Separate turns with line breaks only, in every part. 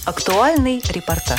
Актуальный репортаж.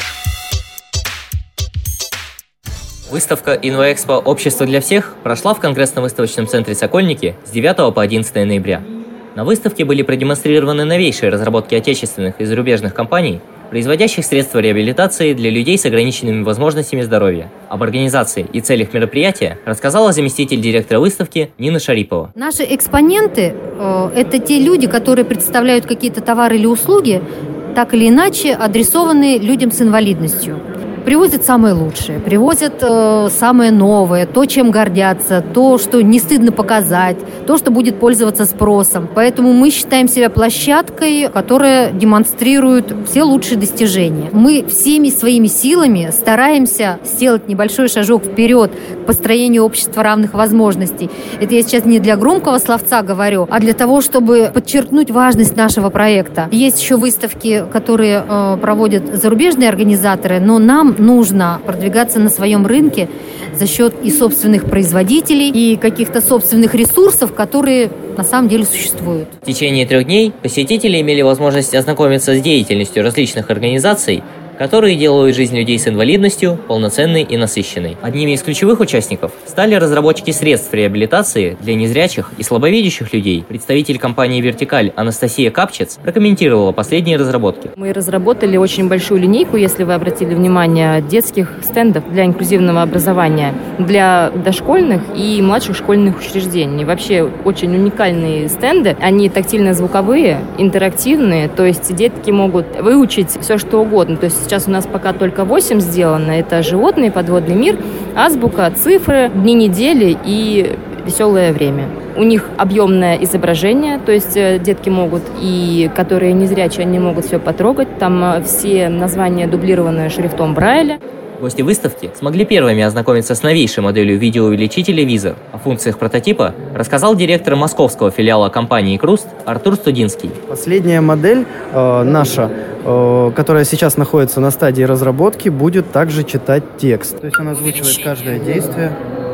Выставка «Инвоэкспо. Общество для всех» прошла в Конгрессно-выставочном центре «Сокольники» с 9 по 11 ноября. На выставке были продемонстрированы новейшие разработки отечественных и зарубежных компаний, производящих средства реабилитации для людей с ограниченными возможностями здоровья. Об организации и целях мероприятия рассказала заместитель директора выставки Нина Шарипова.
Наши экспоненты – это те люди, которые представляют какие-то товары или услуги, так или иначе адресованные людям с инвалидностью. Привозят самое лучшее, привозят самое новое, то, чем гордятся, то, что не стыдно показать, то, что будет пользоваться спросом. Поэтому мы считаем себя площадкой, которая демонстрирует все лучшие достижения. Мы всеми своими силами стараемся сделать небольшой шажок вперед к построению общества равных возможностей. Это я сейчас не для громкого словца говорю, а для того, чтобы подчеркнуть важность нашего проекта. Есть еще выставки, которые проводят зарубежные организаторы, но нам нужно продвигаться на своем рынке за счет и собственных производителей, и каких-то собственных ресурсов, которые на самом деле существуют.
В течение 3 дней посетители имели возможность ознакомиться с деятельностью различных организаций, которые делают жизнь людей с инвалидностью полноценной и насыщенной. Одними из ключевых участников стали разработчики средств реабилитации для незрячих и слабовидящих людей. Представитель компании «Вертикаль» Анастасия Капчец прокомментировала последние разработки.
Мы разработали очень большую линейку, если вы обратили внимание, детских стендов для инклюзивного образования для дошкольных и младших школьных учреждений. Вообще очень уникальные стенды. Они тактильно-звуковые, интерактивные, то есть детки могут выучить все, что угодно. То есть сейчас у нас пока только 8 сделано. Это животные, подводный мир, азбука, цифры, дни недели и веселое время. У них объемное изображение, то есть детки могут, и которые незрячие, они могут все потрогать. Там все названия дублированы шрифтом Брайля.
Гости выставки смогли первыми ознакомиться с новейшей моделью видеоувеличителя Визор. О функциях прототипа рассказал директор московского филиала компании «Круст» Артур Студинский.
Последняя модель наша, которая сейчас находится на стадии разработки, будет также читать текст. То есть она озвучивает каждое действие.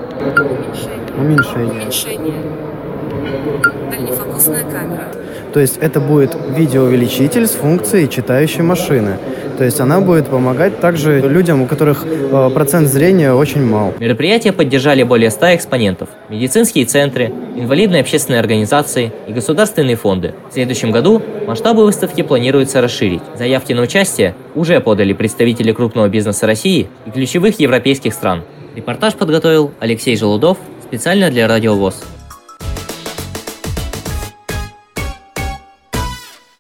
Уменьшение.
Дальнефокусная камера.
То есть это будет видеоувеличитель с функцией читающей машины. То есть она будет помогать также людям, у которых процент зрения очень мал.
Мероприятие поддержали более 100 экспонентов, медицинские центры, инвалидные общественные организации и государственные фонды. В следующем году масштабы выставки планируется расширить. Заявки на участие уже подали представители крупного бизнеса России и ключевых европейских стран. Репортаж подготовил Алексей Желудов специально для Радио ВОС.